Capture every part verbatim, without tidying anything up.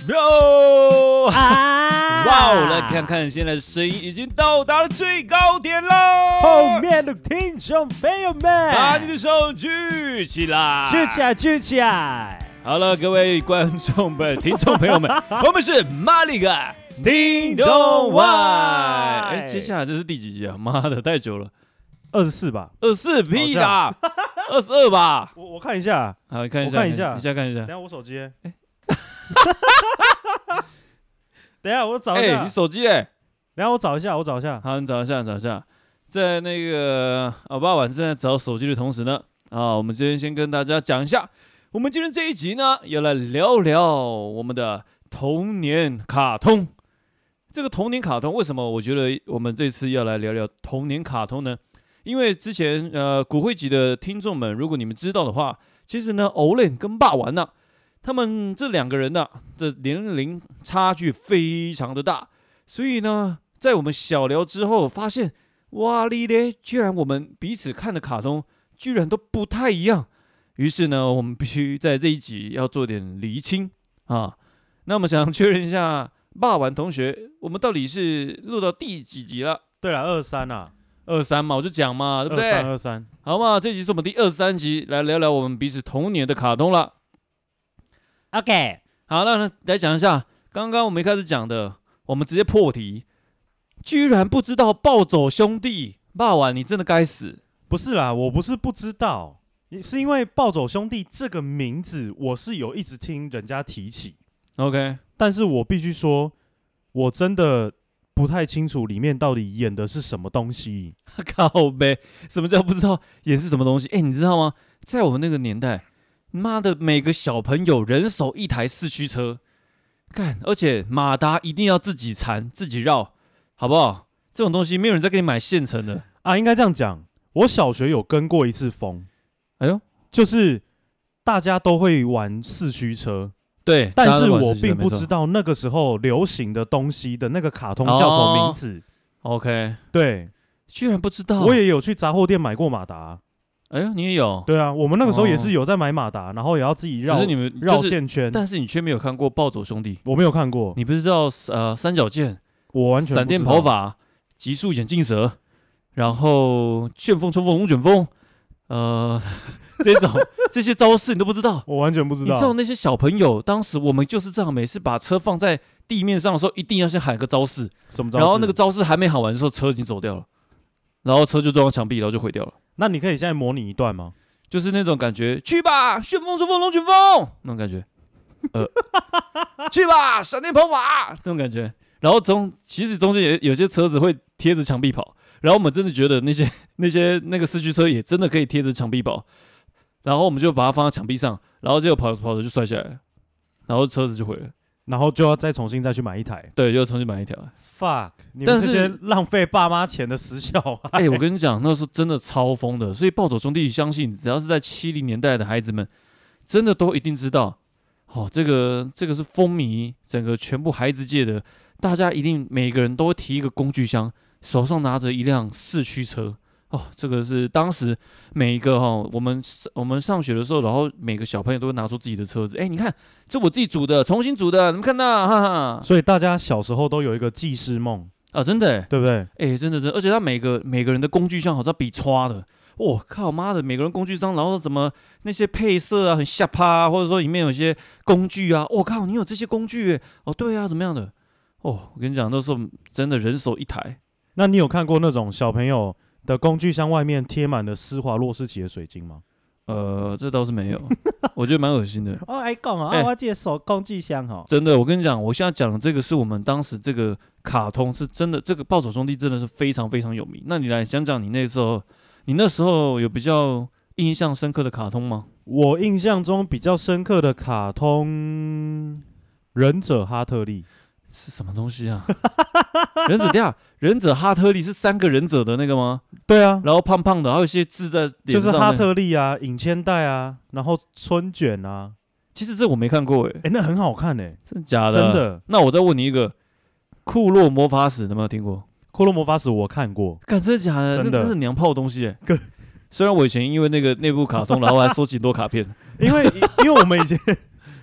哟啊！ 哇哦，来看看现在的声音已经到达了最高点了。 后面的听众朋友们， 把你的手举起来， 举起来，举起来！ 好了，各位观众们、听众朋友们，我们是马里嘎叮咚外。 外哎，接下来这是第几集啊？妈的，太久了， 二十四吧？ 二四屁啦，二十二吧？ 我我看一下， 好，你看一下， 我看一下你先看一下等一。下我手机。哎，等一下我找一哎， 下。 你手机哎？ 等一下我找一下，我找一下。 好，你找一下，找一下。在那个阿爸晚正在找手机的同时呢，啊，我们今天先跟大家讲一下，我们今天这一集呢，要来聊聊我们的童年卡通。这个童年卡通，为什么我觉得我们这次要来聊聊童年卡通呢？因为之前呃骨灰级的听众们，如果你们知道的话，其实呢，欧len跟霸王呢、啊，他们这两个人呢、啊，的年龄差距非常的大，所以呢，在我们小聊之后，发现哇哩嘞，居然我们彼此看的卡通居然都不太一样。于是呢，我们必须在这一集要做点厘清啊。那我们想确认一下，霸王同学，我们到底是录到第几集了？ 对了，二三啊， 二三嘛，我就讲嘛，对不对？ 二三二三。 好嘛，这集是我们第二十三集，来聊聊我们彼此童年的卡通了。 OK， 好，那来讲一下，刚刚我们一开始讲的，我们直接破题，居然不知道暴走兄弟，霸王你真的该死！ 不是啦，我不是不知道，是因为暴走兄弟这个名字，我是有一直听人家提起。 OK， 但是我必须说，我真的不太清楚里面到底演的是什么东西。 靠呗，什么叫不知道演是什么东西？哎，你知道吗？在我们那个年代，妈的，每个小朋友人手一台四驱车，干，而且马达一定要自己缠、自己绕，好不好？这种东西没有人再给你买现成的啊，应该这样讲。我小学有跟过一次风， 哎呦， 就是大家都会玩四驱车。 对， 但是我并不知道那个时候流行的东西的那个卡通叫什么名字。 哦、OK， 对， 居然不知道。 我也有去杂货店买过马达。 哎呦，你也有？ 对啊，我们那个时候也是有在买马达，哦、然后也要自己绕， 只是你们、就是、 绕线圈。 但是你却没有看过暴走兄弟， 我没有看过。 你不知道呃三角剑， 我完全不知道闪电跑法、极速眼镜蛇，然后旋风冲锋龙卷风，呃。这种这些招式你都不知道， 我完全不知道。 你知道那些小朋友当时我们就是这样，每次把车放在地面上的时候，一定要先喊个招式， 什么招式？ 然后那个招式还没喊完的时候，车已经走掉了，然后车就撞到墙壁，然后就毁掉了。 那你可以现在模拟一段吗？ 就是那种感觉，去吧，旋风冲锋龙卷风那种感觉，呃，去吧，闪电跑法那种感觉。然后中其实中间有有些车子会贴着墙壁跑，然后我们真的觉得那些那些那个四驱车也真的可以贴着墙壁跑。然后我们就把它放在墙壁上，然后结果跑着跑着就摔下来了，然后车子就毁了， 然后就要再重新再去买一台， 对，就要重新买一条。 Fuck！ 你们这些浪费爸妈钱的死小孩。 哎、欸，我跟你讲，那时候真的超疯的，所以暴走兄弟相信，只要是在七零年代的孩子们，真的都一定知道，哦，这个这个是风靡整个全部孩子界的，大家一定每个人都会提一个工具箱，手上拿着一辆四驱车。哦，这个是当时每一个哈、哦，我们我们上学的时候，然后每个小朋友都会拿出自己的车子。哎，你看，这我自己组的，重新组的，你们看到？哈哈。 所以大家小时候都有一个记事梦啊，真的， 对不对？ 哎，真的真的，而且他每个每个人的工具箱好像比刷的，我、哦、靠妈的，每个人工具箱，然后怎么那些配色啊，很下趴、啊，或者说里面有一些工具啊，我、哦、靠，你有这些工具耶？哦，对啊，怎么样的？哦，我跟你讲，那时候真的人手一台。 那你有看过那种小朋友的工具箱外面贴满了施华洛世奇的水晶吗？ 呃，这倒是没有，我觉得蛮恶心的。 哦，还讲啊， 欸、 我这手工具箱哦， 真的，我跟你讲，我现在讲的这个是我们当时这个卡通是真的，这个暴走兄弟真的是非常非常有名。那你来讲讲你那时候，你那时候有比较印象深刻的卡通吗？ 我印象中比较深刻的卡通，忍者哈特利。 是什么东西啊？忍者对啊，忍者哈特利是三个忍者的那个吗？ 对啊， 然后胖胖的，还有一些字在脸上。 就是哈特利啊，引千代啊，然后春卷啊。 其实这我没看过诶、欸， 哎、欸，那很好看诶、欸， 真的假的？ 真的。 那我再问你一个，库洛魔法使，有没有听过？ 库洛魔法使我看过， 干真的假的？ 真的， 那是娘炮的东西诶、欸。虽然我以前因为那个那部卡通，然后还收集很多卡片， 因为因为我们以前。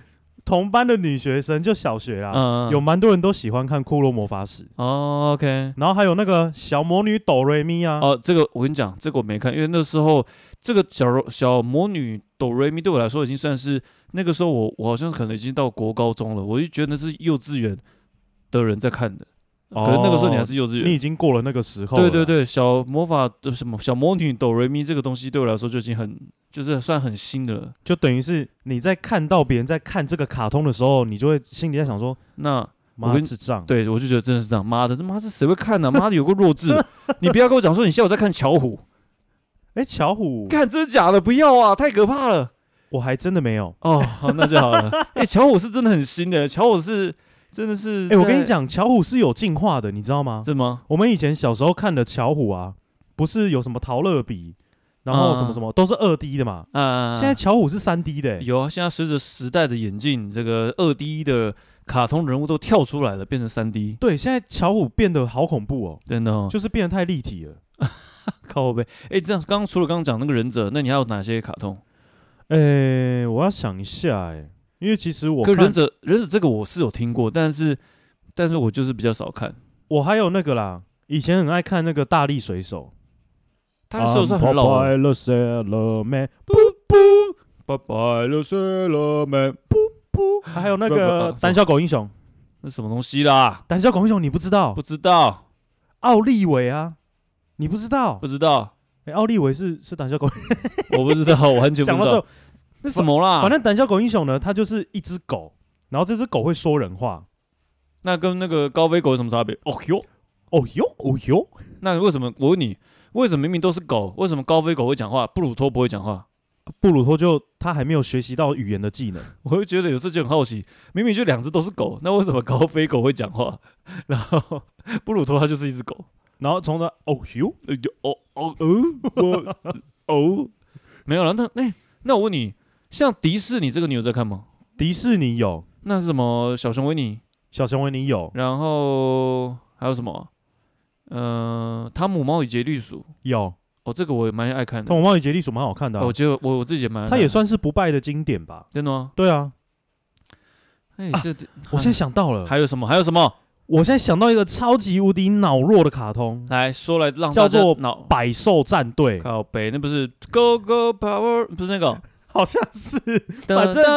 同班的女学生，就小学啦， 嗯， 有蛮多人都喜欢看《库洛魔法使》 哦 ，OK， 然后还有那个小魔女哆瑞咪啊， 哦，这个我跟你讲，这个我没看，因为那时候这个小小魔女哆瑞咪对我来说已经算是那个时候我我好像可能已经到国高中了，我就觉得那是幼稚园的人在看的。可能那个时候你还是幼稚园， 你已经过了那个时候了。 对对对，小魔法的什么小魔女哆瑞咪这个东西对我来说就已经很就是算很新的了。 就等于是你在看到别人在看这个卡通的时候，你就会心里在想说， 那妈智障。 对，我就觉得真的是这样。妈的，这妈这谁会看呢、啊？妈的，有个弱智！你不要跟我讲说你下午在看巧虎。 哎、欸，巧虎， 看真的假的？不要啊，太可怕了。 我还真的没有。 哦，好，那就好了。哎、欸，巧虎是真的很新的，巧虎是。真的是， 哎、欸，我跟你讲，巧虎是有进化的，你知道吗？ 是吗？ 我们以前小时候看的巧虎啊，不是有什么陶乐比，然后什么什么、嗯、都是二 D 的嘛。嗯，现在巧虎是三 D 的、欸。 有啊，现在随着时代的演进，这个二 D 的卡通人物都跳出来了，变成三 D。 对，现在巧虎变得好恐怖哦， 真的、哦， 就是变得太立体了。 靠背，哎、欸，这样刚刚除了刚刚讲那个忍者，那你还有哪些卡通？ 哎、欸，我要想一下、欸，哎。因为其实我可忍者忍者这个我是有听过，但是但是我就是比较少看。 我还有那个啦，以前很爱看那个大力水手， 大力水手算很老了。 了 Sailor Man， 不不，拜拜了 Sailor Man， 不不。 还有那个胆小狗英雄， 那什么东西啦？ 胆小狗英雄你不知道？ 不知道。 奥利维啊，你不知道？ 不知道。 哎、欸，奥利维是是胆小狗， 我不知道，我完全不知道。那什么啦？ 反正胆小狗英雄呢，它就是一只狗，然后这只狗会说人话。 那跟那个高飞狗有什么差别？哦哟， 哦哟，哦哟。 那为什么我问你，为什么明明都是狗，为什么高飞狗会讲话，布鲁托不会讲话？ 布鲁托就他还没有学习到语言的技能。 我会觉得有时候就很好奇，明明就两只都是狗，那为什么高飞狗会讲话，然后布鲁托它就是一只狗， 然后从那哦哟， 哦哦哦哦，没有了。那那那我问你。像迪士尼这个你有在看吗？ 迪士尼有， 那是什么？小熊维尼， 小熊维尼有， 然后还有什么？呃，汤姆猫与杰利鼠有。 哦，这个我也蛮爱看的。 汤姆猫与杰利鼠蛮好看的、啊哦，我觉得我我自己也蛮爱看的， 它也算是不败的经典吧？ 真的吗？ 对啊。 哎、欸啊，这我现在想到了， 还有什么？还有什么？ 我现在想到一个超级无敌脑弱的卡通， 来说来让叫做脑百兽战队。 靠北，那不是 Go Go Power， 不是那个。 好像是，反正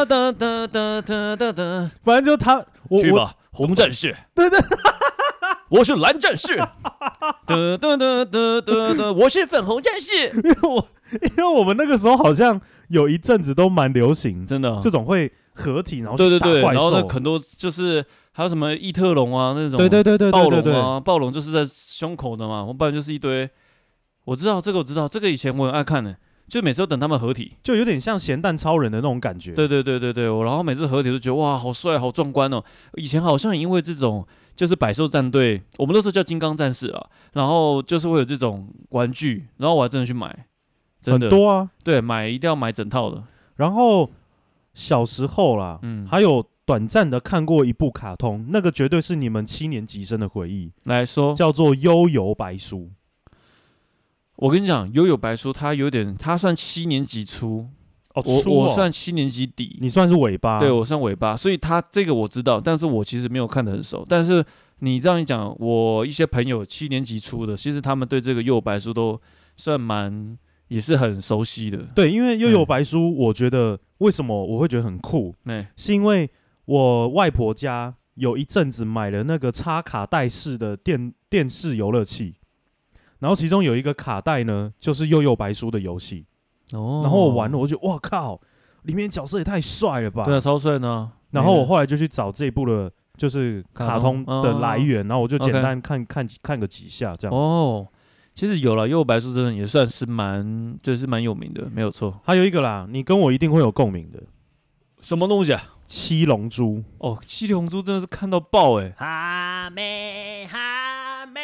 反正就他，我去吧，红战士， 对对， 我是蓝战士，得得得得得得，我是粉红战士。 因为我因为我们那个时候好像有一阵子都蛮流行， 真的、啊、 这种会合体，然后对对对，然后那很多就是还有什么异特龙啊那种， 对对对对， 暴龙啊，暴龙就是在胸口的嘛，不然就是一堆。我知道这个，我知道这个，以前我很爱看的、欸。就每次都等他们合体， 就有点像咸蛋超人的那种感觉。 对对对对对，我然后每次合体都觉得哇，好帅，好壮观哦。以前好像因为这种就是百兽战队，我们那时候叫金刚战士啊，然后就是会有这种玩具，然后我还真的去买，真的很多啊， 对，买一定要买整套的。 然后小时候啦，嗯，还有短暂的看过一部卡通，那个绝对是你们七年级生的回忆。 来说， 叫做《幽游白书》。 我跟你讲，《幽游白书》它有点，它算七年级初， 哦， 我初哦我算七年级底， 你算是尾巴， 对我算尾巴，所以它这个我知道，但是我其实没有看得很熟。但是你这样一讲，我一些朋友七年级初的，其实他们对这个《幽游白书》都算蛮也是很熟悉的。 对，因为《幽游白书》，我觉得为什么我会觉得很酷， 嗯、 是因为我外婆家有一阵子买了那个插卡带式的电电视游乐器。然后其中有一个卡带呢，就是《幽游白书》的游戏。哦。然后我玩了，我就觉得哇靠，里面角色也太帅了吧！ 对啊，超帅呢。 然后我后来就去找这一部的，就是卡通的来源，然后我就简单看看看个几下这样子。 哦，其实有了《幽游白书》，真的也算是蛮，就是蛮有名的，没有错。 还有一个啦，你跟我一定会有共鸣的。 什么东西啊？ 七龙珠。 哦，七龙珠真的是看到爆哎、欸！ 哈妹哈妹。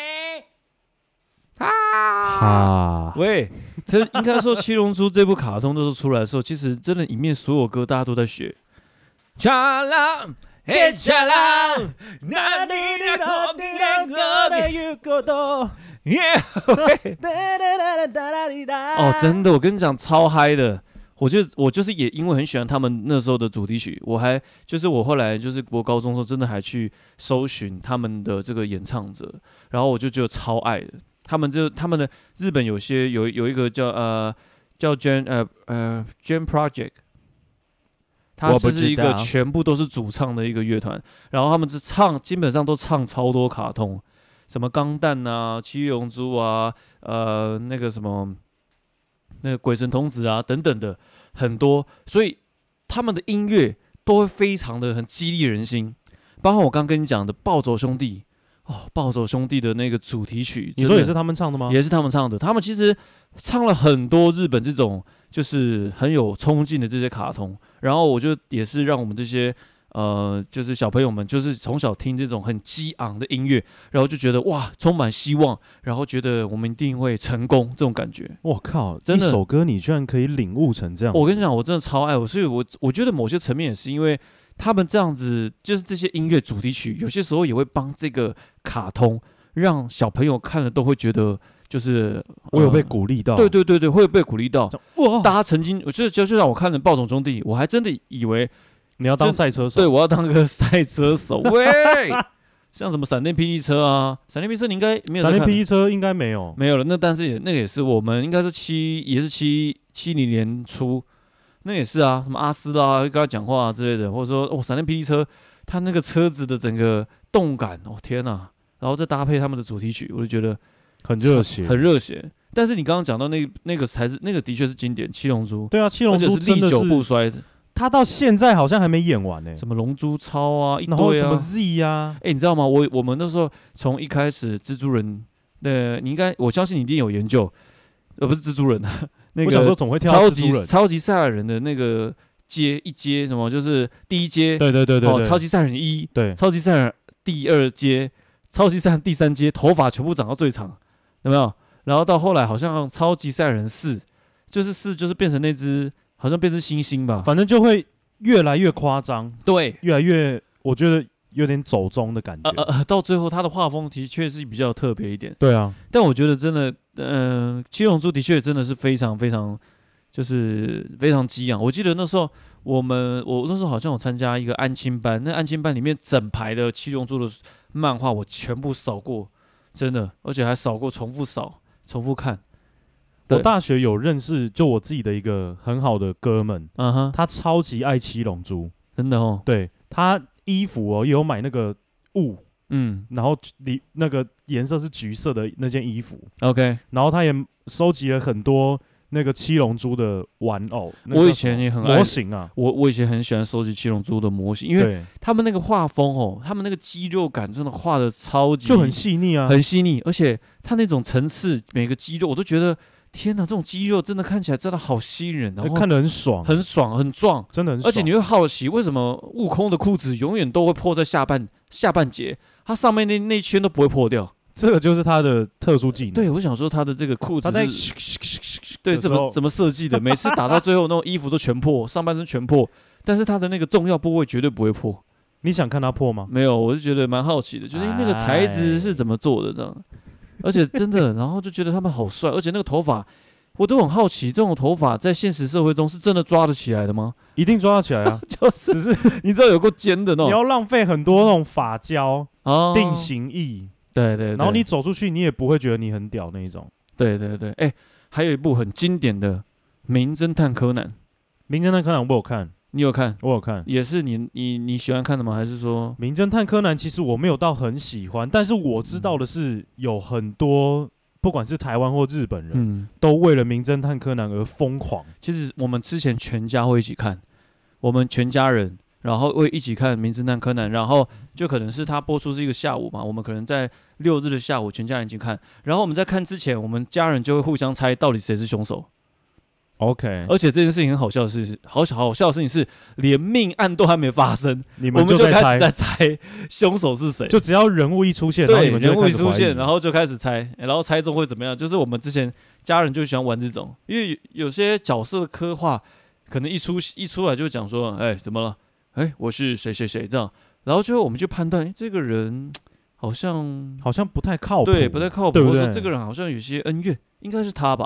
啊！喂，这应该说《七龙珠》这部卡通都是出来的时候，其实真的里面所有歌大家都在学。cha啦嘿cha啦，那你的头顶歌的有个多耶！哦，真的，我跟你讲，超嗨的。 我就我就是也因为很喜欢他们那时候的主题曲，我还就是我后来就是国高中的时候，真的还去搜寻他们的这个演唱者，然后我就觉得超爱的。他们就他们的日本有些有有一个叫呃叫 Jam 呃呃 Jam Project。它我不知是一个道全部都是主唱的一个乐团，然后他们是唱，基本上都唱超多卡通，什么钢弹啊、七龙珠啊、呃那个什么那个鬼神童子啊等等的很多，所以他们的音乐都会非常的很激励人心，包括我刚跟你讲的暴走兄弟哦，暴走兄弟的那个主题曲， 你说也是他们唱的吗？ 也是他们唱的，他们其实唱了很多日本这种就是很有冲劲的这些卡通，然后我就也是让我们这些呃就是小朋友们，就是从小听这种很激昂的音乐，然后就觉得哇充满希望，然后觉得我们一定会成功这种感觉。 我靠， 真的一首歌你居然可以领悟成这样子。 我跟你讲，我真的超爱我，所以我我觉得某些层面也是因为他们这样子，就是这些音乐主题曲，有些时候也会帮这个卡通让小朋友看了都会觉得。就是我有被呃鼓励到， 对对对对，会被鼓励到。 哇， 大家曾经，我就就就像我看了《暴走兄弟》，我还真的以为， 你要当赛车手， 对我要当个赛车手。喂，像什么闪电霹雳车啊，闪电霹雳车你应该没有在看。 闪电霹雳车应该没有， 没有了。那但是也那个也是我们应该是七也是七七零年初，那也是啊，什么阿斯拉跟他讲话啊之类的，或者说哦闪电霹雳车，它那个车子的整个动感，哦天哪，然后再搭配他们的主题曲，我就觉得。 很热血， 很热血。但是你刚刚讲到那那个才是那个的确是经典，七龙珠。 对啊，七龙珠而且是历久不衰的。 他到现在好像还没演完呢、欸。 什么龙珠超啊，一堆啊， 然后什么 Z 啊， 哎、欸，你知道吗？我我们那时候从一开始蜘蛛人，呃，你应该我相信你一定有研究，呃，不是蜘蛛人啊，那个我小时候总会跳超级蜘蛛人， 超级赛亚人的那个阶一阶什么，就是第一阶， 对对对对哦， 对， 超级赛亚人一， 对， 超级赛亚人第二阶，超级赛亚人第三阶，头发全部长到最长，有没有？然后到后来好像超级赛亚人四，就是四就是变成那只好像变成猩猩吧， 反正就会越来越夸张， 对， 越来越我觉得有点走中的感觉。 呃呃，到最后他的画风的确是比较特别一点。 对啊， 但我觉得真的，嗯、呃，七龙珠的确真的是非常非常，就是非常激昂。我记得那时候我们，我那时候好像有参加一个安亲班，那安亲班里面整排的七龙珠的漫画我全部扫过，真的，而且还扫过，重复扫。重复看。 我大学有认识，就我自己的一个很好的哥们， 嗯哼， 他超级爱七龙珠， 真的哦。 对他衣服哦，也有买那个雾， 嗯， 然后里那个颜色是橘色的那件衣服 ，OK， 然后他也收集了很多那个七龙珠的玩偶。那个、 我以前也很爱模型啊， 我我以前很喜欢收集七龙珠的模型，因为他们那个画风哦，他们那个肌肉感真的画的超级就很细腻啊， 很细腻，而且他那种层次，每个肌肉我都觉得。天哪，这种肌肉真的看起来真的好吸引人，然后看得很爽， 很爽，很壮， 真的很爽。 而且你会好奇，为什么悟空的裤子永远都会破在下半下半截，它上面那那一圈都不会破掉？ 这个就是他的特殊技能。 对，我想说他的这个裤子他在对怎么怎么设计的？每次打到最后，那种衣服都全破，上半身全破，但是他的那个重要部位绝对不会破。 你想看他破吗？ 没有，我就觉得蛮好奇的，就是那个材质是怎么做的这样。而且真的，然后就觉得他们好帅，而且那个头发，我都很好奇，这种头发在现实社会中是真的抓得起来的吗？ 一定抓得起来啊， 就是只是你知道有够尖的那种， 你要浪费很多那种发胶、 哦、 定型液， 对, 对对， 然后你走出去，你也不会觉得你很屌那一种。 对对对，哎、欸，还有一部很经典的《名侦探柯南》，《 名侦探柯南》我有看。 你有看？ 我有看， 也是你你你喜欢看的吗？还是说《 名侦探柯南》其实我没有到很喜欢，但是我知道的是有很多，不管是台湾或日本人，嗯，都为了《名侦探柯南》而疯狂。 其实我们之前全家会一起看，我们全家人，然后会一起看《名侦探柯南》，然后就可能是他播出是一个下午嘛，我们可能在六日的下午全家人一起看，然后我们在看之前，我们家人就会互相猜到底谁是凶手。 OK， 而且这件事情很好笑的是，好好笑的事情是，连命案都还没发生， 你们就我们就开始在猜凶手是谁。 就只要人物一出现， 对， 然后你们就人物一出现， 然然后就开始猜，然后猜中会怎么样？就是我们之前家人就喜欢玩这种，因为有些角色的刻画，可能一出一出来就讲说，哎，怎么了？哎，我是谁谁谁这样，然后最后我们就判断，这个人好像好像不太靠谱， 对，不太靠谱， 对不对？ 或者说这个人好像有些恩怨，应该是他吧。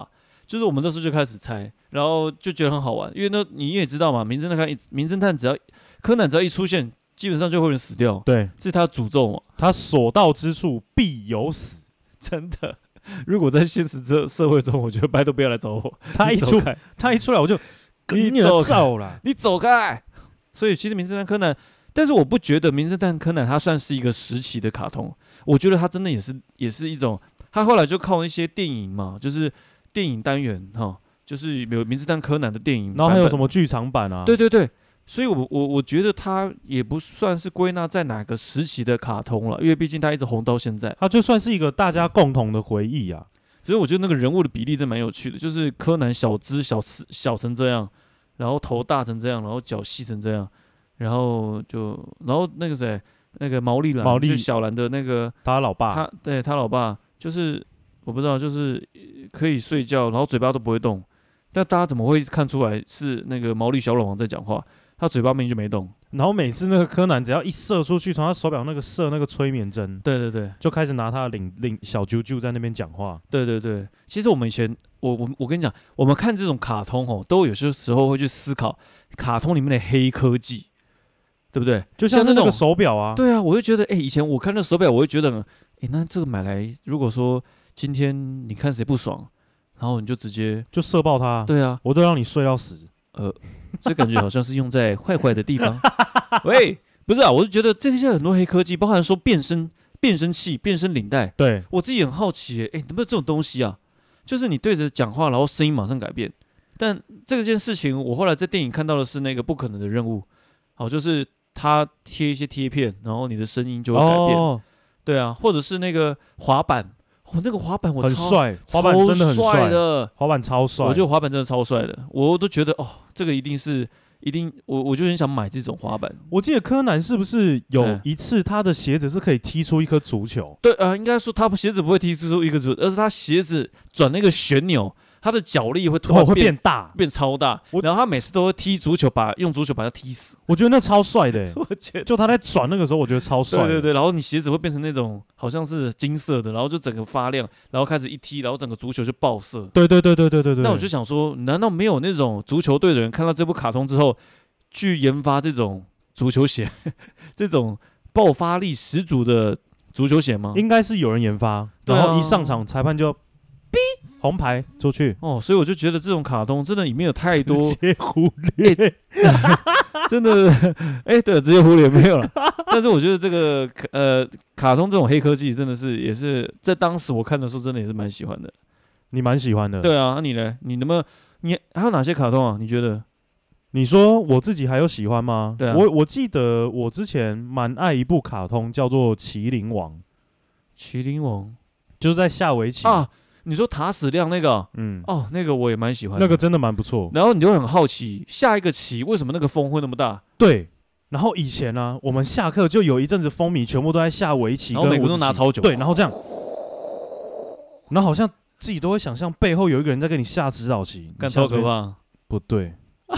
就是我们那时候就开始猜，然后就觉得很好玩，因为那你也知道嘛，名侦探名侦探只要柯南只要一出现，基本上就会有人死掉， 对， 这是他的诅咒嘛， 他所到之处必有死， 真的。如果在现实社社会中，我觉得拜托不要来找我。 他一出开， 他一出来我就你你走照啦， 你走开。所以其实名侦探柯南，但是我不觉得名侦探柯南他算是一个时期的卡通，我觉得他真的也是也是一种，他后来就靠一些电影嘛，就是电影单元哈，就是有名侦探柯南的电影， 然后还有什么剧场版啊？ 对对对，所以我我我觉得他也不算是归纳在哪个时期的卡通了，因为毕竟他一直红到现在， 它就算是一个大家共同的回忆啊。 只是我觉得那个人物的比例真蛮有趣的，就是柯南小只小小成这样，然后头大成这样，然后脚细成这样，然后就然后那个谁，那个毛利兰， 毛利就是小兰的那个他老爸， 他对他老爸就是我不知道，就是可以睡觉，然后嘴巴都不会动，但大家怎么会看出来是那个毛利小老王在讲话？他嘴巴明明就没动。 然后每次那个柯南只要一射出去，从他手表那个射那个催眠针， 对对对， 就开始拿他的领领小啾啾在那边讲话。 对对对，其实我们以前，我我我跟你讲，我们看这种卡通哦，都有些时候会去思考卡通里面的黑科技，对不对？ 就像是那个像那种手表啊， 对啊，我就觉得，哎、以前我看那手表，我会觉得，哎、那这个买来，如果说今天你看谁不爽，然后你就直接， 就射爆他。 对啊， 我都让你睡到死。 呃，这感觉好像是用在坏坏的地方。喂，不是啊，我是觉得这些很多黑科技，包含说变身、变声器、变身领带， 对， 我自己很好奇、欸，哎、有没有这种东西啊？就是你对着讲话，然后声音马上改变。但这件事情，我后来在电影看到的是那个不可能的任务，好，就是他贴一些贴片，然后你的声音就会改变。 哦， 对啊，或者是那个滑板，哦，那个滑板我超很帅，滑板真的很超帅的， 滑板超帅。 我觉得滑板真的超帅的，我都觉得哦，这个一定是一定，我我就很想买这种滑板。 我记得柯南是不是有嗯一次他的鞋子是可以踢出一颗足球？ 对啊、呃，应该说他鞋子不会踢出一个足，而是他鞋子转那个旋钮，他的脚力会突然哦，会变变大。 变超大， 我然后他每次都会踢足球把，用足球把他踢死。 我觉得那超帅的欸， 我觉得就他在转那个时候，我觉得超帅。 对对对，然后你鞋子会变成那种好像是金色的，然后就整个发亮，然后开始一踢，然后整个足球就爆射。 对对对对对对对。 那我就想说，难道没有那种足球队的人看到这部卡通之后，去研发这种足球鞋，这种爆发力十足的足球鞋吗？ 应该是有人研发， 对啊然后一上场裁判就哔红牌出去， 哦，所以我就觉得这种卡通真的里面有太多， 直接忽略。 真的，哎、对，直接忽略没有了。但是我觉得这个呃，卡通这种黑科技真的是也是在当时我看的时候，真的也是蛮喜欢的。 你蛮喜欢的。 对啊，那你呢？你能不能？你还有哪些卡通啊？你觉得？ 你说我自己还有喜欢吗？ 对啊我我记得我之前蛮爱一部卡通，叫做《麒麟王》， 麒麟王就是在下围棋啊，你说塔矢亮那个？ 嗯， 哦，那个我也蛮喜欢的。 那个真的蛮不错。 然后你就很好奇，下一个棋为什么那个风会那么大？ 对，然后以前呢、啊，我们下课就有一阵子风靡，全部都在下围棋， 然后每个人都拿超久对，然后这样，然后好像自己都会想象背后有一个人在跟你下指导棋， 干你下边。 超可怕。 不对，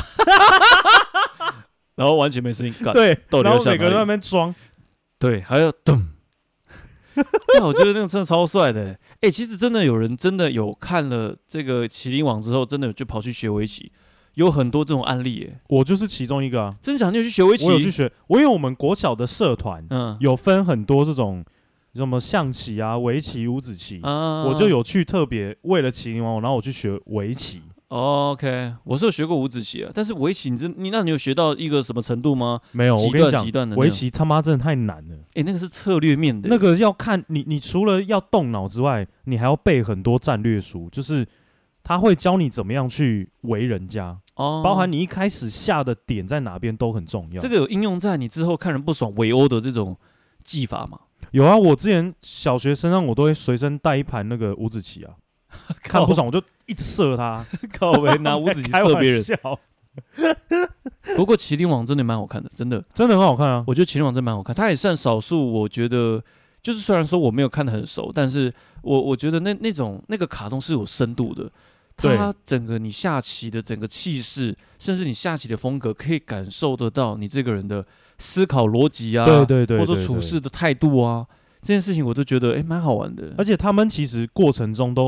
然后完全没声音，干对， 到底然要下哪里后每个人在那边装， 对，还要咚。那我觉得那个真的超帅的、欸，哎、欸，其实真的有人真的有看了这个《麒麟王》之后，真的就跑去学围棋，有很多这种案例、欸， 我就是其中一个啊。 真假？你有去学围棋？ 我有去学，我因为我们国小的社团嗯， 有分很多这种什么象棋啊、围棋、五子棋， 啊我就有去特别为了麒麟王，然后我去学围棋。 哦 OK， 我是有学过五子棋啊，但是围棋你真你那你有学到一个什么程度吗？ 没有， 几我跟你段几段的那种讲，围棋他妈真的太难了。 哎、欸，那个是策略面的、 那个要看你，你除了要动脑之外，你还要背很多战略书，就是他会教你怎么样去围人家， 哦， 包含你一开始下的点在哪边都很重要。 这个有应用在你之后看人不爽围殴的这种技法吗？ 有啊，我之前小学身上我都会随身带一盘那个五子棋啊，看不爽我就一直射他， 靠背拿五子棋射别人。 开玩笑不过《麒麟王》真的蛮好看的，真的， 真的很好看啊。 我觉得《麒麟王》真的蛮好看，它也算少数，我觉得就是虽然说我没有看得很熟，但是我我觉得那那种那个卡通是有深度的。它整个你下棋的整个气势，甚至你下棋的风格，可以感受得到你这个人的思考逻辑啊， 对对对， 或者说处事的态度啊，这件事情我都觉得哎蛮好玩的。 而且他们其实过程中都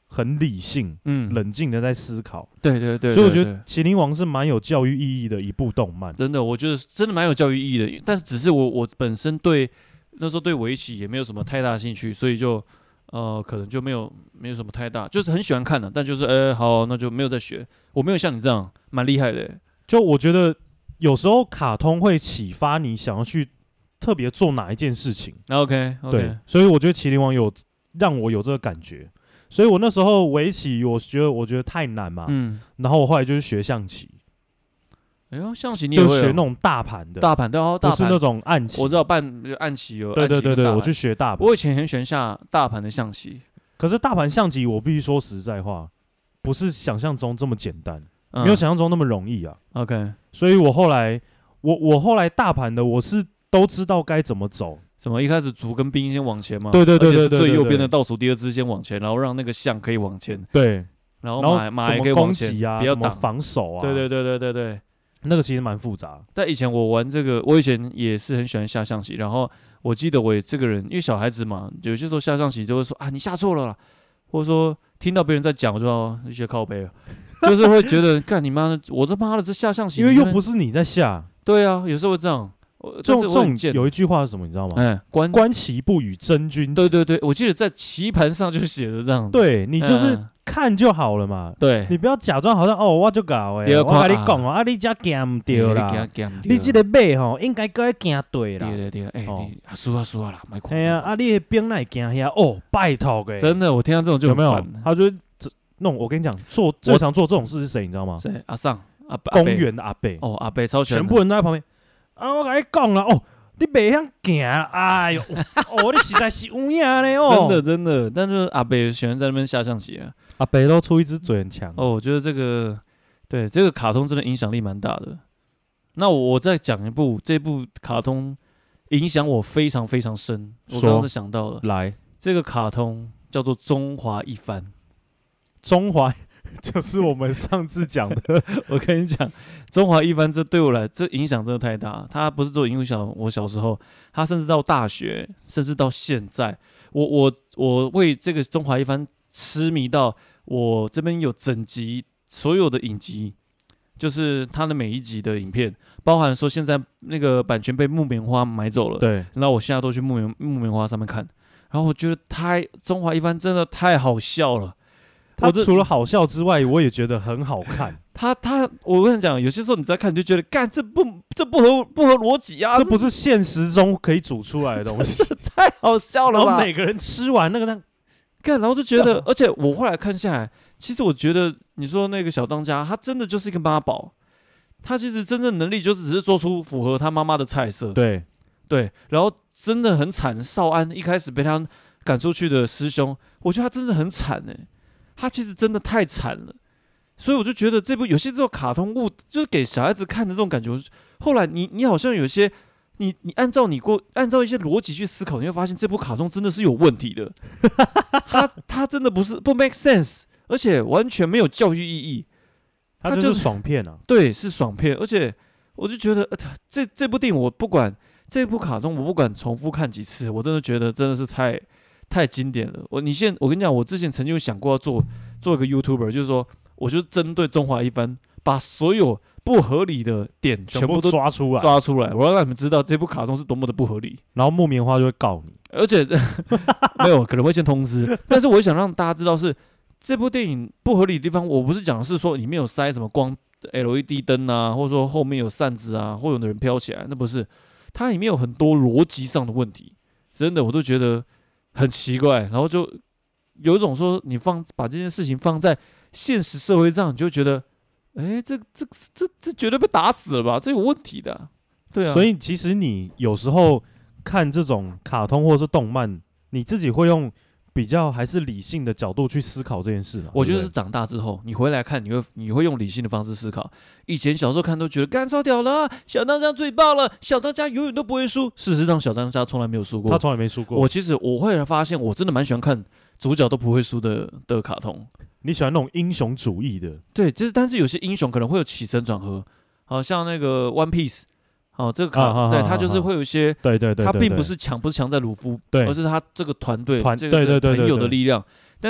很理性、 嗯， 冷静的在思考。 对对对， 所以我觉对得《麒麟王》是蛮有教育意义的一部动漫。 真的，我觉得真的蛮有教育意义的。但是只是我我本身对那时候对围棋也没有什么太大兴趣，所以就呃可能就没有没有什么太大，就是很喜欢看的，但就是呃好那就没有再学。我没有像你这样蛮厉害的欸。 就我觉得有时候卡通会启发你想要去特别做哪一件事情。 OK OK， 对，所以我觉得《麒麟王》有让我有这个感觉。所以我那时候围棋，我觉得我觉得太难嘛， 嗯， 然后我后来就是学象棋， 哎呦，象棋你也就会哦学那种大盘的， 大盘对哦，大盘不是那种暗棋。 我知道半暗棋有， 对对对对， 暗棋跟大盘我去学大盘。 我以前很喜欢下大盘的象棋， 可是大盘象棋，我必须说实在话，不是想象中这么简单， 嗯、 没有想象中那么容易啊。 OK， 所以我后来，我我后来大盘的我是都知道该怎么走。 什么一开始卒跟兵先往前嘛， 对对对对对对而且是最右边对的倒数第二支先往前，然后让那个象可以往前， 对， 然后然后马马也怎么攻可以往前， 击啊，怎么不要挡。 防守啊。 对对对对对对。 那个其实蛮复杂。 但以前我玩这个，我以前也是很喜欢下象棋，然后我记得我也这个人，因为小孩子嘛，有些时候下象棋就会说啊你下错了啦，或者说听到别人在讲，我就要一些靠背了，就是会觉得干你妈的，我他妈的这下象棋， 因为又你不是你在下。 对啊，有时候会这样。 这种这种有有一句话是什么，你知道吗？ 哎，观观棋不语真君子。 对对对，我记得在棋盘上就写的这样子。 对，你就是嗯看就好了嘛。 对， 你不要假装好像哦，我就搞诶， 对我跟你看讲哦，啊，你这行唔对啦， 你你这个马吼应该该行对啦。 对对对，哎， 哦你啊输啊输啊啦，买哎呀，啊，你的兵那行遐哦，拜托诶， 真的，我听到这种就有没有很烦？ 他就这弄，我跟你讲，做最常做这种事是谁，你知道吗？ 谁？阿尚，阿伯公园的阿伯， 哦，阿伯超全全部人都在旁边。啊，我跟你讲啦，哦，你袂晓行，哎呦，哦，你实在是有影呢哦。 真的真的，但是阿北喜欢在那边下象棋啊。 阿北都出一只嘴很强哦，我觉得这个对这个卡通真的影响力蛮大的。那我我再讲一部，这部卡通影响我非常非常深。我刚刚是想到了， 来， 这个卡通叫做《中华一番》。 中华就是我们上次讲的。 我跟你讲，《中华一番》这对我来这影响真的太大。它不是只有影响我小时候，它甚至到大学，甚至到现在，我我我为这个《中华一番》痴迷到我这边有整集所有的影集，就是它的每一集的影片，包含说现在那个版权被木棉花买走了， 对， 然后我现在都去木棉木棉花上面看，然后我觉得太《中华一番》真的太好笑了。 它除了好笑之外，我也觉得很好看。 他他，我跟你讲，有些时候你在看，你就觉得，干这不这不合不合逻辑啊！ 这不是现实中可以煮出来的东西， 太好笑了吧？ 然后每个人吃完那个那干，然后就觉得，而且我后来看下来，其实我觉得，你说那个小当家，他真的就是一个妈宝，他其实真正能力就只是做出符合他妈妈的菜色， 对对，然后真的很惨。少安一开始被他赶出去的师兄，我觉得他真的很惨哎、欸，他其实真的太惨了。所以我就觉得这部有些这种卡通物就是给小孩子看的这种感觉。后来你你好像有些你你按照你过按照一些逻辑去思考，你会发现这部卡通真的是有问题的。他他真的不是不 make sense， 而且完全没有教育意义。 它就是爽片啊。 对，是爽片。而且我就觉得、呃、这这部电影我不管这部卡通我不管重复看几次，我真的觉得真的是太太经典了。我你现我跟你讲，我之前曾经有想过要做做一个 YouTuber， 就是说。我就针对中华一番，把所有不合理的点全部都抓出来， 抓出来，我要让你们知道这部卡通是多么的不合理。 然后木棉花就会告你， 而且没有可能会先通知，但是我想让大家知道是这部电影不合理的地方。我不是讲的是说里面有塞什么光 L E D 灯啊，或者说后面有扇子啊，或有的人飘起来，那不是，它里面有很多逻辑上的问题，真的我都觉得很奇怪。然后就有一种说你放把这件事情放在现实社会上，你就觉得，哎，这这这这绝对被打死了吧？这有问题的、啊，对啊。 所以其实你有时候看这种卡通或是动漫，你自己会用比较还是理性的角度去思考这件事嘛？ 我觉得对不对是长大之后，你回来看，你会你会用理性的方式思考。以前小时候看都觉得干超屌了、啊，小当家最棒了，小当家永远都不会输。事实上，小当家从来没有输过， 他从来没输过。 我其实我会发现，我真的蛮喜欢看主角都不会输的的卡通。 你喜欢那种英雄主义的？ 对，就是但是有些英雄可能会有起承转合，好像那个 One Piece， 哦，这个卡， 啊、 对， 啊、 他就是会有一些， 对对对，对他并不是强，不是强在鲁夫， 对， 而是他这个团队团这个对对对朋友对的力量。但是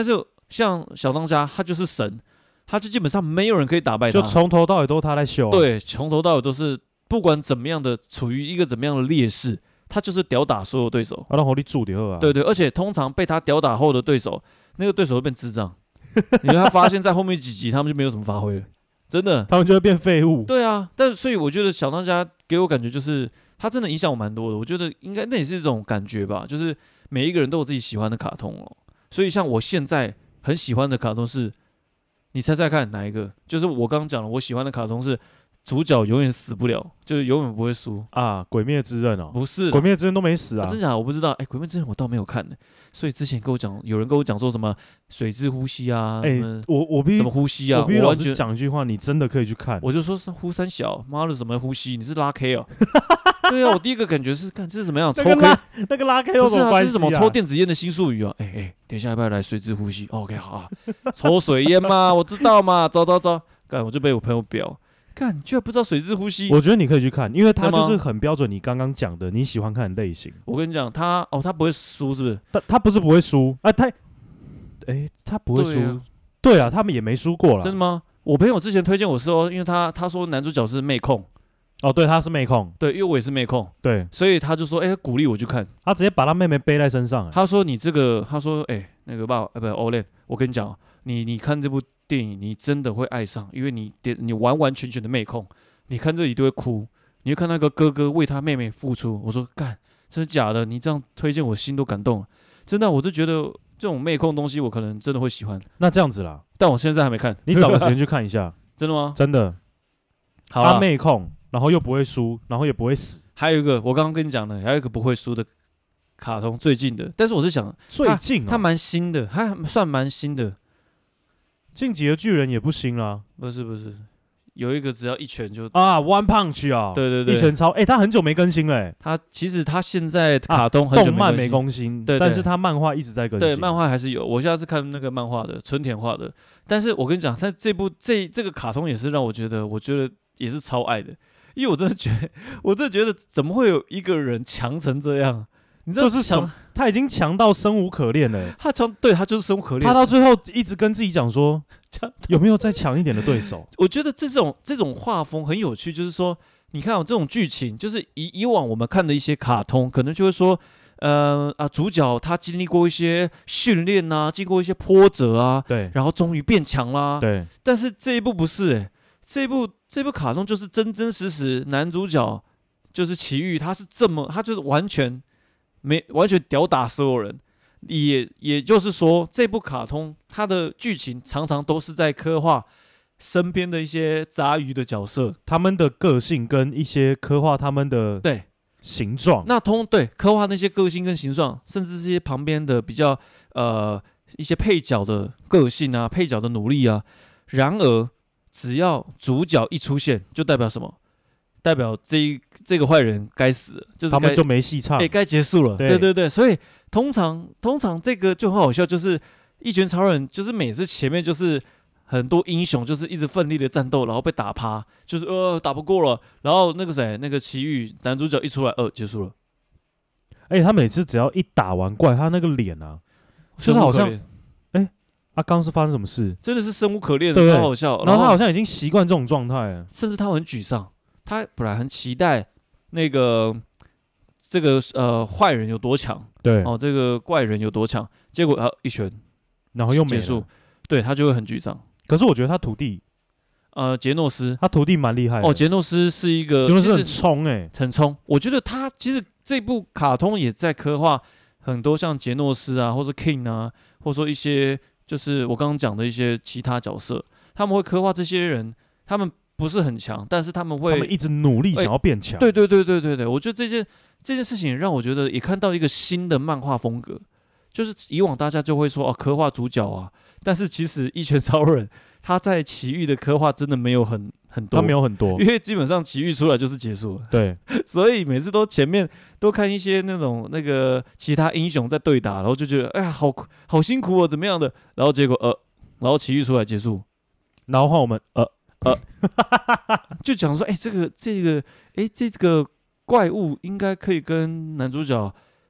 像小当家他就是神，他就基本上没有人可以打败他， 就从头到尾都是他在秀、啊。 对，从头到尾都是不管怎么样的，处于一个怎么样的劣势，他就是屌打所有对手。 啊，让火力住掉啊。 对对，而且通常被他屌打后的对手，那个对手会变智障。你会发现在后面几集他们就没有什么发挥了，真的。 他们就会变废物。 对啊，但是所以我觉得小当家给我感觉就是他真的影响我蛮多的。我觉得应该那也是一种感觉吧，就是每一个人都有自己喜欢的卡通哦。所以像我现在很喜欢的卡通是，你猜猜看哪一个？就是我刚刚讲了，我喜欢的卡通是主角永远死不了，就是永远不会输啊。鬼灭之刃哦， 不是， 鬼灭之刃都没死啊。 啊真假的我不知道。哎、欸，鬼灭之刃我倒没有看呢、欸，所以之前跟我讲，有人跟我讲说什么水之呼吸啊，哎、欸， 我我必须什么呼吸啊， 我必须老实讲一句话，你真的可以去看。 我就说是呼三小，妈的什么呼吸？你是拉 K 哦？对啊，我第一个感觉是，看这是什么样抽 K？ 那, 那个拉 K 有什么关系、啊？ 这是什么抽电子烟的新术语啊？哎、欸、哎、欸，等一下要不要来水之呼吸、哦、？OK 好啊，抽水烟嘛，我知道嘛，走走走，干我就被我朋友表。干，你居然不知道水之呼吸？ 我觉得你可以去看，因为它就是很标准你刚刚讲的你喜欢看的类型。 我跟你讲，他哦，他不会输是不是？ 他他不是不会输啊，他，哎，他不会输。对啊，对啊，他们也没输过啦。 真的吗？我朋友之前推荐我说，因为他他说男主角是妹控。 哦，对，他是妹控。 对，因为我也是妹控。 对， 所以他就说，哎、欸，鼓励我去看。 他直接把他妹妹背在身上。 他说你这个，他说，哎、欸，那个爸，呃，不 ，Olen， 我跟你讲，你你看这部电影，你真的会爱上，因为你你完完全全的妹控。你看这里都会哭，你会看那个哥哥为他妹妹付出。我说干，真的假的？你这样推荐我心都感动了，真的，我就觉得这种妹控东西我可能真的会喜欢。 那这样子啦， 但我现在还没看， 你找个时间去看一下。真的吗？ 真的。 好啦， 他妹控，然后又不会输，然后也不会死。 还有一个我刚刚跟你讲的，还有一个不会输的卡通，最近的，但是我是想最近、哦、 它蛮新的，它算蛮新的。 进击的巨人也不新啦， 不是不是。有一个只要一拳就啊 ，One Punch 啊、哦， 对对对， 一拳超，哎、欸，他很久没更新了、欸， 他其实他现在卡通很久没更新、 啊、动漫没更新， 对， 但是他漫画一直在更新， 对，漫画还是有，我现在是看那个漫画的，春田画的，但是我跟你讲，他这部这这个卡通也是让我觉得，我觉得也是超爱的，因为我真的觉得，我真的觉得怎么会有一个人强成这样？你知道就是强，他已经强到生无可恋了、欸。 他强，对他就是生无可恋。 他到最后一直跟自己讲说，有没有再强一点的对手？ 我觉得这种这种画风很有趣，就是说，你看、哦、这种剧情，就是以以往我们看的一些卡通，可能就会说，呃啊，主角他经历过一些训练啊，经过一些波折啊， 对， 然后终于变强啦。 对， 但是这一部不是、欸，这一部这部卡通就是真真实实，男主角就是奇遇，他是这么，他就是完全。没完全屌打所有人，也也就是说，这部卡通它的剧情常常都是在刻画身边的一些杂鱼的角色， 他们的个性跟一些刻画他们的对形状。 那通对刻画那些个性跟形状，甚至这些旁边的比较呃一些配角的个性啊，配角的努力啊。然而，只要主角一出现，就代表什么？代表这一这个坏人该死了，就是他们就没戏唱， 哎、欸，该结束了。 对对对对，所以通常通常这个就很好笑，就是一拳超人，就是每次前面就是很多英雄就是一直奋力的战斗，然后被打趴，就是呃打不过了，然后那个谁那个奇遇男主角一出来，呃结束了。 哎、欸，他每次只要一打完怪，他那个脸啊，就是好像哎，啊，刚刚是发生什么事？ 真的是生无可恋的，超好笑。 然后他好像已经习惯这种状态了， 甚至他很沮丧。他本来很期待那个这个呃坏人有多强， 对哦，这个怪人有多强，结果啊一拳， 然后又没结束，对他就会很沮丧。 可是我觉得他徒弟， 呃，杰诺斯， 他徒弟蛮厉害的。 哦，杰诺斯是一个， 杰诺斯很冲哎、欸， 很冲。我觉得他其实这部卡通也在刻画很多像杰诺斯啊，或者 King 啊，或者说一些就是我刚刚讲的一些其他角色，他们会刻画这些人，他们。不是很强，但是他们会， 他们一直努力想要变强、欸。 对对对对对对，我觉得这件这件事情让我觉得也看到一个新的漫画风格，就是以往大家就会说哦刻画主角啊，但是其实一拳超人他在奇遇的刻画真的没有很很多， 他没有很多， 因为基本上奇遇出来就是结束了。 对， 所以每次都前面都看一些那种那个其他英雄在对打，然后就觉得哎呀好好辛苦哦怎么样的，然后结果呃，然后奇遇出来结束， 然后换我们呃。 呃，就讲说，哎、欸，这个这个，哎、欸，这个怪物应该可以跟男主角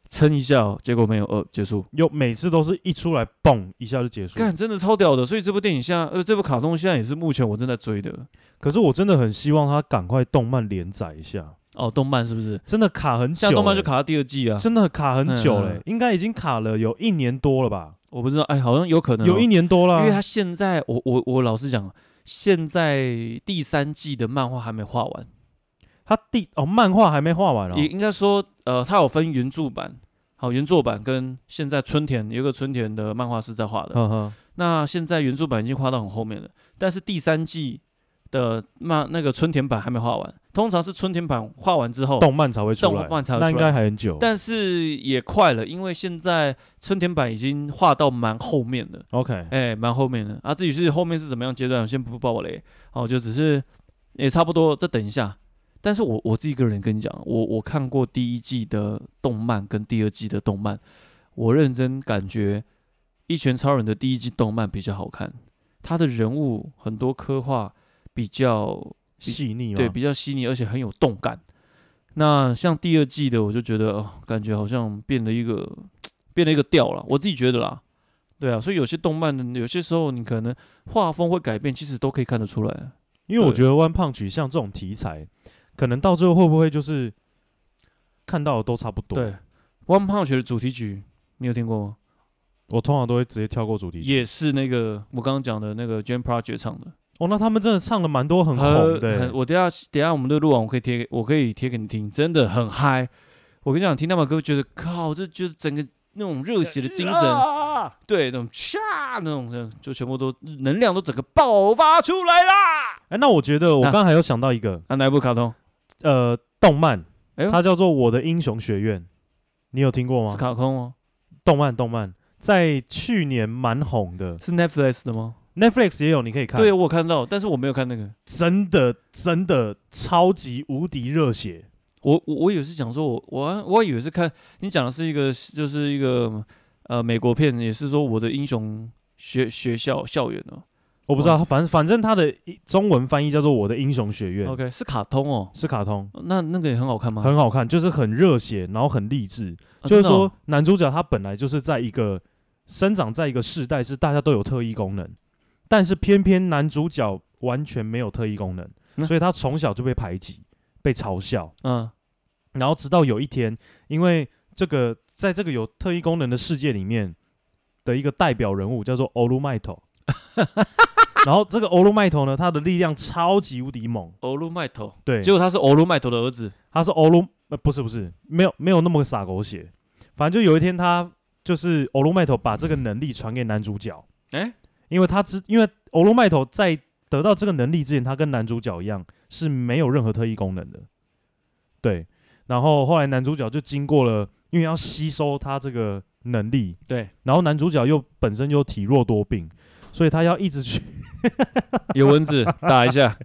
撑一下、哦，结果没有，呃，结束。 有每次都是一出来嘣一下就结束。 干，真的超屌的。所以这部电影现在，呃，这部卡通现在也是目前我正在追的。 可是我真的很希望他赶快动漫连载一下。 哦，动漫是不是？ 真的卡很久、欸， 现在动漫就卡到第二季啊， 真的卡很久嘞、欸嗯嗯， 应该已经卡了有一年多了吧？ 我不知道，哎，好像有可能、哦、 有一年多了、啊， 因为他现在，我我我老实讲，现在第三季的漫画还没画完， 他第哦漫画还没画完哦， 也应该说，呃，他有分原著版，好原作版跟现在春田有一个春田的漫画师在画的， 呵呵那现在原著版已经画到很后面了，但是第三季的漫那个春田版还没画完，通常是春田版画完之后， 动漫才会出来， 动漫才会出来， 那应该还很久。 但是也快了，因为现在春田版已经画到蛮后面了。 OK， 哎，蛮后面的啊。至于是后面是怎么样阶段，我先不爆雷，哦，就只是也差不多，再等一下。但是我我自己个人跟你讲，我我看过第一季的动漫跟第二季的动漫，我认真感觉《一拳超人》的第一季动漫比较好看，他的人物很多刻画比较细腻嘛， 对，比较细腻，而且很有动感。那像第二季的，我就觉得哦，感觉好像变了一个变了一个调了，我自己觉得啦。对啊，所以有些动漫的，有些时候你可能画风会改变，其实都可以看得出来。 因为我觉得 One Punch 像这种题材，可能到最后会不会就是看到的都差不多？ 对，One Punch 的主题曲你有听过吗？ 我通常都会直接跳过主题曲。 也是那个我刚刚讲的那个 Jam Project 唱的。 哦，那他们真的唱了蛮多很红的、欸很。我等一下等一下我们的录完，我可以贴，我可以贴给你听，真的很嗨。我跟你讲，听他们歌，觉得靠，这就是整个那种热血的精神， 啊、 对，那种唰那种，就全部都能量都整个爆发出来啦。 哎，那我觉得我刚刚还有想到一个， 啊，哪一部卡通？ 呃，动漫， 哎呦它叫做《我的英雄学院》，你有听过吗？ 是卡通吗？ 动漫，动漫，在去年蛮红的是 Netflix 的吗？ ，Netflix 也有，你可以看。 对，我有看到，但是我没有看那个。 真的真的超级无敌热血。 我我我以为是讲说我我我以为是看你讲的是一个就是一个呃美国片，也是说我的英雄学学校校园哦。 我不知道，反正反正它的中文翻译叫做《我的英雄学院》。 OK， 是卡通哦， 是卡通。 那那个也很好看吗？ 很好看，就是很热血，然后很励志。 啊、 就是说真的哦， 男主角他本来就是在一个生长在一个世代是大家都有特异功能，但是偏偏男主角完全没有特异功能， 嗯所以他从小就被排挤、被嘲笑。 嗯， 然后直到有一天，因为这个在这个有特异功能的世界里面的一个代表人物叫做欧鲁麦头，然后这个欧鲁麦头呢，他的力量超级无敌猛， 欧鲁麦头， 对， 结果他是欧鲁麦头的儿子。 他是欧鲁呃不是不是没有没有那么洒狗血，反正就有一天他就是欧鲁麦头把这个能力传给男主角， 哎， 因为他知因为欧鲁麦头在得到这个能力之前，他跟男主角一样是没有任何特异功能的，对。然后后来男主角就经过了，因为要吸收他这个能力， 对， 然后男主角又本身又体弱多病，所以他要一直去有蚊子打一下，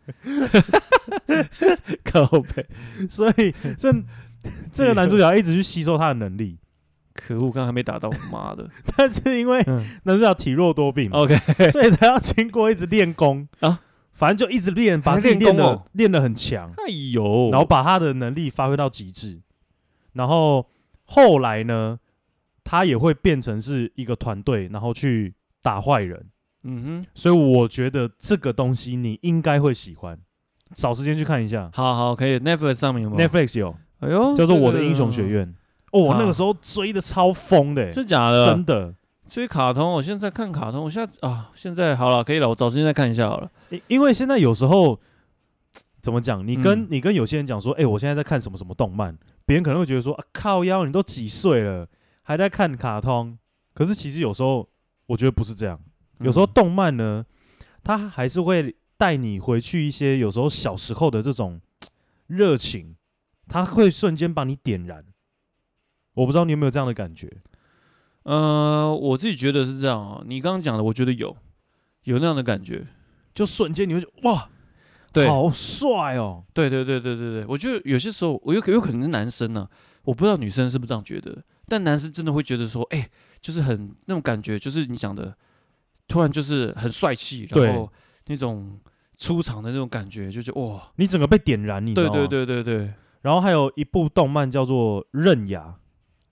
靠背， 所以这这个男主角一直去吸收他的能力， 可恶，刚刚还没打到，妈的， 但是因为嗯男主角体弱多病嘛， ，OK， 所以他要经过一直练功啊， 反正就一直练，把自己练的练功哦练得很强， 哎呦， 然后把他的能力发挥到极致，然后后来呢，他也会变成是一个团队，然后去打坏人。 嗯哼， 所以我觉得这个东西你应该会喜欢，找时间去看一下。 好好可以 ，Netflix 上面有没有 Netflix 有， 哎呦， 叫做《我的这个英雄学院》。哦，我那个时候追的超疯的、欸， 真假的？ 真的。 追卡通，我现在看卡通，我现在啊，现在好了，可以了，我找时间再看一下好了。 因因为现在有时候怎么讲，你跟、 嗯你跟有些人讲说，哎、欸，我现在在看什么什么动漫，别人可能会觉得说，啊，靠腰，你都几岁了，还在看卡通？可是其实有时候我觉得不是这样，有时候动漫呢，它还是会带你回去一些有时候小时候的这种热情，它会瞬间把你点燃。我不知道你有没有这样的感觉？ 呃，我自己觉得是这样啊。你刚刚讲的，我觉得有有那样的感觉， 就瞬间你会觉得哇， 对， 好帅哦！ 对对对对对对，我觉得有些时候，我有有可能是男生呢、啊，我不知道女生是不是这样觉得，但男生真的会觉得说，哎、欸，就是很那种感觉，就是你讲的，突然就是很帅气，然后那种出场的那种感觉，就觉得哇， 你整个被点燃，你知道吗？ 对对对对对。 然后还有一部动漫叫做《刃牙》，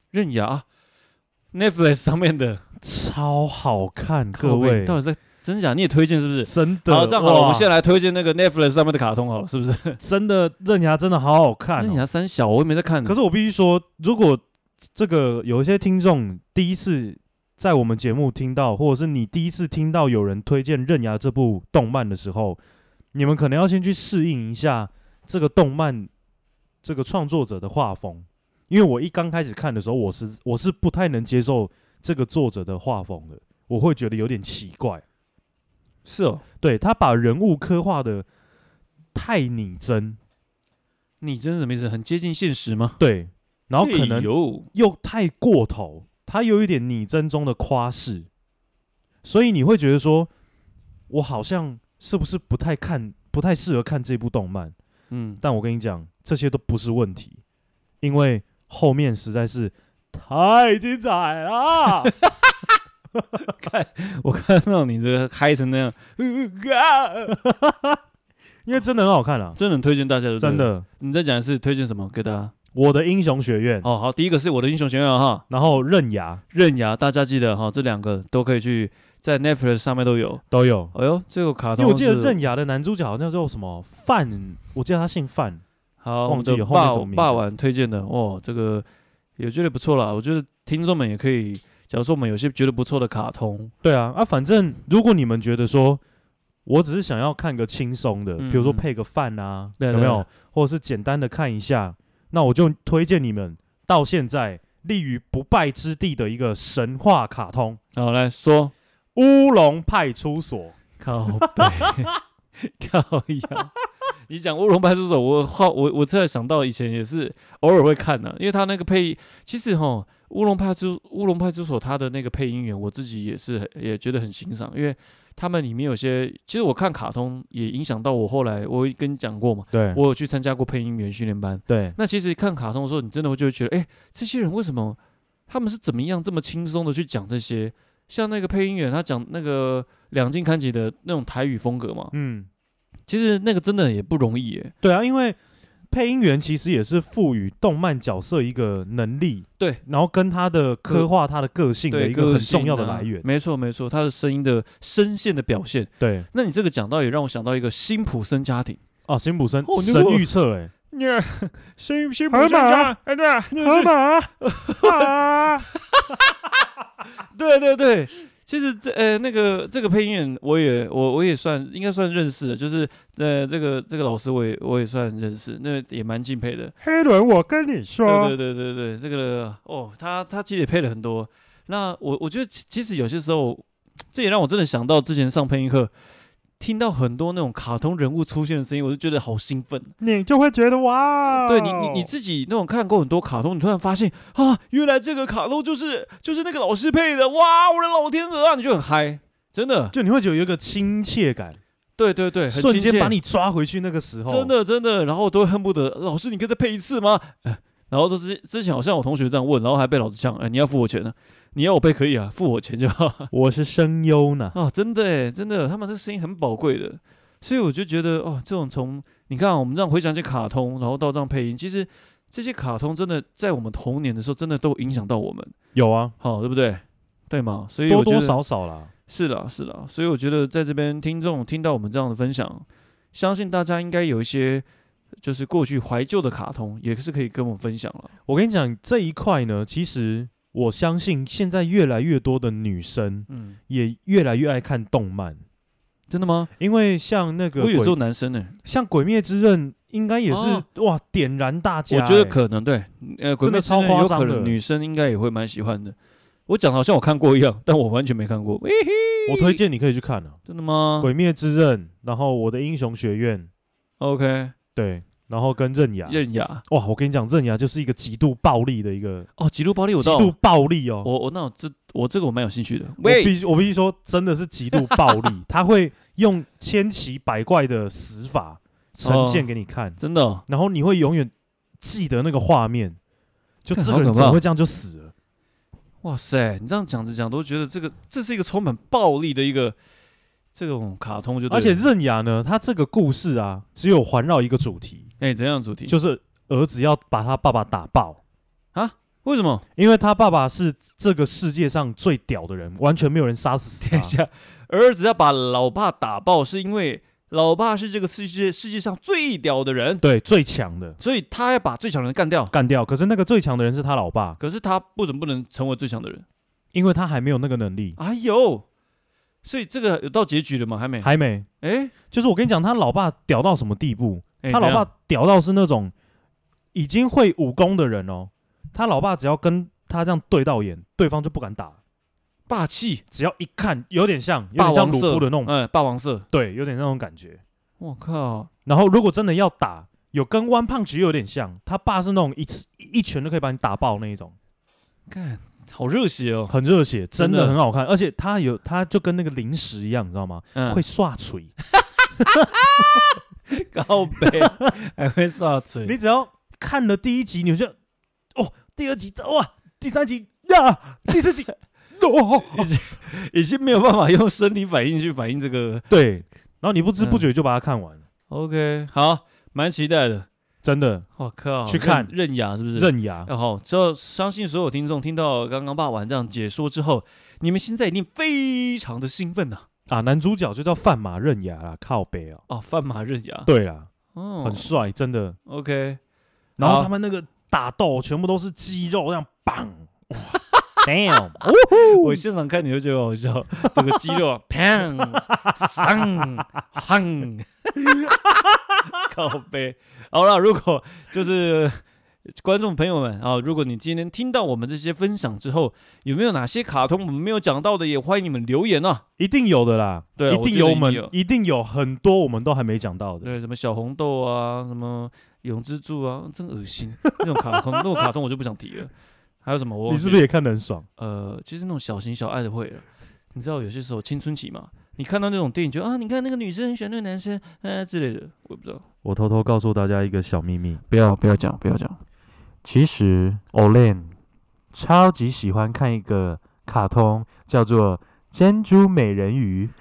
刃牙 Netflix 上面的超好看， 靠北各位， 到底在真假？你也推荐是不是？ 真的。 好，这样好了， 哇我们先来推荐那个 Netflix 上面的卡通好了，是不是？ 真的刃牙真的好好看、哦。 刃牙三小我也没在看， 可是我必须说，如果这个有一些听众第一次在我们节目听到，或者是你第一次听到有人推荐刃牙这部动漫的时候，你们可能要先去适应一下这个动漫这个创作者的画风，因为我一刚开始看的时候，我是我是不太能接受这个作者的画风的，我会觉得有点奇怪。 是哦， 对，他把人物刻画的太拟真， 你真是什么意思？很接近现实吗？ 对，然后可能哎呦又太过头，他有一点拟真中的夸饰，所以你会觉得说，我好像是不是不太看，不太适合看这部动漫？ 嗯， 但我跟你讲，这些都不是问题，因为后面实在是太精彩了。 我看到你这个嗨成那样， 因为真的很好看啊， 真的很推荐大家的。 真的。 你再讲一次推荐什么给大家？ 我的英雄学院， 哦，好，第一个是我的英雄学院哈， 然后刃牙刃牙，大家记得哈，这两个都可以去在 Netflix 上面都有。 都有。 哎呦，这个卡通， 因为我记得刃牙的男主角好像叫什么范，我记得他姓范。 好， 忘记了我们的霸后面什么名字霸晚推荐的哦，这个也觉得不错啦。我觉得听众们也可以，假如说我们有些觉得不错的卡通， 对啊，啊，反正如果你们觉得说，我只是想要看个轻松的， 嗯比如说配个饭啊， 对有没有对？ 或者是简单的看一下，那我就推荐你们到现在立于不败之地的一个神话卡通好来说， 《乌龙派出所》。 靠背，靠腰。你讲乌龙派出所，我好我我突然想到以前也是偶尔会看的、啊，因为他那个配，其实哈乌龙派出乌龙派出所他的那个配音员，我自己也是也觉得很欣赏，因为他们里面有些，其实我看卡通也影响到我后来，我会跟你讲过嘛， 对， 我有去参加过配音员训练班。 对， 那其实看卡通的时候，你真的会就会觉得，哎、这些人为什么他们是怎么样这么轻松的去讲这些？像那个配音员，他讲那个两津勘吉的那种台语风格嘛， 嗯， 其实那个真的也不容易耶。 对啊，因为配音员其实也是赋予动漫角色一个能力， 对， 然后跟他的刻画他的个性的对， 一个很个性重要的啊来源。 没错没错，他的声音的声线的表现。 对， 那你这个讲到也让我想到一个辛普森家庭， 哦，辛普森哦神预测，哎， 辛辛河马哎对啊， 河马啊， 对对对，其实这呃那个这个配音员我也我我也算应该算认识的，就是呃这个这个老师我也我也算认识，那也蛮敬佩的。 黑轮，我跟你说， 对对对对对，这个哦他他其实也配了很多。那我我觉得其其实有些时候，这也让我真的想到之前上配音课，听到很多那种卡通人物出现的声音，我就觉得好兴奋。 你就会觉得哇， 对你，你你自己那种看过很多卡通，你突然发现啊，原来这个卡通就是就是那个老师配的，哇，我的老天鹅啊，你就很嗨，真的， 就你会觉得有一个亲切感， 对对对，很亲切瞬间把你抓回去那个时候， 真的真的，然后我都会恨不得老师，你可以再配一次吗？哎然后都之之前好像我同学这样问，然后还被老师呛，哎，你要付我钱呢、你要我配可以啊，付我钱就好。 我是声优呢， 哦，真的哎，真的，他们这声音很宝贵的，所以我就觉得哦，这种从你看、啊、我们这样回想起卡通，然后到这样配音，其实这些卡通真的在我们童年的时候，真的都影响到我们， 有啊， 好、对不对？对嘛？所以多我觉得多少少啦， 是啦是啦，所以我觉得在这边听众听到我们这样的分享，相信大家应该有一些就是过去怀旧的卡通，也是可以跟我们分享了。 我跟你讲这一块呢，其实我相信现在越来越多的女生嗯， 也越来越爱看动漫， 真的吗？ 因为像那个鬼我有做男生呢、 像《鬼灭之刃》应该也是、 哦哇点燃大家、 我觉得欸可能对，呃，鬼真的灭之刃超夸张的有可能女生应该也会蛮喜欢的。我讲的好像我看过一样，但我完全没看过。喂我推荐你可以去看啊， 真的吗 《鬼灭之刃》，然后我的英雄学院， ？OK， 对，然后跟刃牙， 刃牙哇，我跟你讲，刃牙就是一个极度暴力的一个， 哦，极度暴力我知道， 极度暴力哦。 我我那我这我这个我蛮有兴趣的。 我喂， 必须我必须说，真的是极度暴力，他会用千奇百怪的死法呈现给你看， 真的哦、 然后你会永远记得那个画面，就干这个人好可怕怎么会这样就死了？ 哇塞！你这样讲着讲都觉得这个这是一个充满暴力的一个这种卡通就对了， 而且刃牙呢，他这个故事啊，只有环绕一个主题， 哎、怎样的主题？ 就是儿子要把他爸爸打爆啊， 为什么？ 因为他爸爸是这个世界上最屌的人，完全没有人杀死他。 等一下，儿子要把老爸打爆，是因为老爸是这个世界世界上最屌的人， 对，最强的， 所以他要把最强的人干掉。 干掉。可是那个最强的人是他老爸， 可是他不准不能成为最强的人， 因为他还没有那个能力。 哎呦，所以这个有到结局了吗？还没。 还没。 哎， 就是我跟你讲，他老爸屌到什么地步？ 哎他老爸屌到是那种已经会武功的人哦。他老爸只要跟他这样对到眼，对方就不敢打。 霸气， 只要一看，有点像，有点像鲁夫的那种， 嗯，霸王色， 对，有点那种感觉。 我靠！ 然后如果真的要打，有跟 One Punch 有点像，他爸是那种一次一拳就可以把你打爆那一种。 看，好热血哦， 很热血，真的真的很好看，而且他有，他就跟那个零食一样，你知道吗？ 嗯会刷锤， 高背，还会刷嘴。 你只要看了第一集，你就哦，第二集哇，第三集呀，第四集哦， 已经没有办法用身体反应去反应这个。 对，然后你不知不觉就把它看完了。 OK， 好，蛮期待的。 真的， 我靠， 去看刃刃牙是不是？ 刃牙。 哦好，之后相信所有听众听到刚刚霸王这样解说之后，你们现在一定非常的兴奋呐、 啊，男主角就叫范马刃牙啦，靠北啊。 哦，范马刃牙， 对啦， 哦， 很帅，真的。 OK。 然后好他们那个打斗全部都是肌肉，这样棒，哇 ，damn， 我现场看你就觉得好笑，整个肌肉啊，砰，上，哼，靠背。好了，如果就是观众朋友们啊，如果你今天听到我们这些分享之后，有没有哪些卡通我们没有讲到的，也欢迎你们留言啊。 一定有的啦， 对啊一定有我们我觉得一定有一定有很多我们都还没讲到的。 对，什么小红豆啊，什么永之助啊，真恶心。那种卡通，那种卡通我就不想提了。还有什么？我忘记你是不是也看得很爽？ 呃，其实那种小情小爱的会了。你知道有些时候青春期嘛，你看到那种电影就啊，你看那个女生很喜欢那个男生，啊之类的，我也不知道。 我偷偷告诉大家一个小秘密， 不要不要讲，不要讲。 其实 Olen 超级喜欢看一个卡通，叫做《珍珠美人鱼》。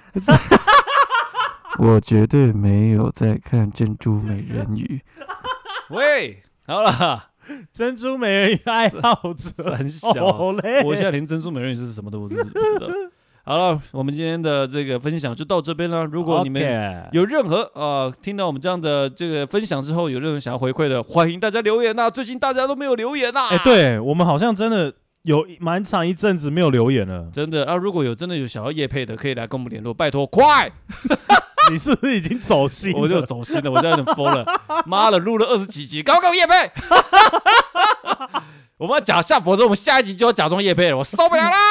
我绝对没有在看《珍珠美人鱼》。喂，好了， 珍珠美人鱼爱好者， 三小啊好嘞。 我现在连珍珠美人鱼是什么都不知不知道。好了，我们今天的这个分享就到这边了。如果你们 OK 有任何呃听到我们这样的这个分享之后，有任何想要回馈的，欢迎大家留言呐、最近大家都没有留言呐、 哎、对我们好像真的有蛮长一阵子没有留言了。 真的啊，如果有真的有想要业配的，可以来跟我们联络，拜托，快！ 你是不是已经走心了？ 我就走心了，我现在有点疯了。妈的，录了二十几集，赶快给我业配！我们要假下，否则我们下一集就要假装业配了，我受不了啦！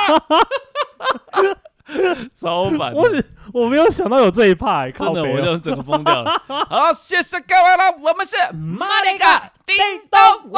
超烦的， 我是我没有想到有这一趴、欸， 真的， 靠北哦我就整个疯掉了。好，谢谢各位了，我们是马里卡叮咚，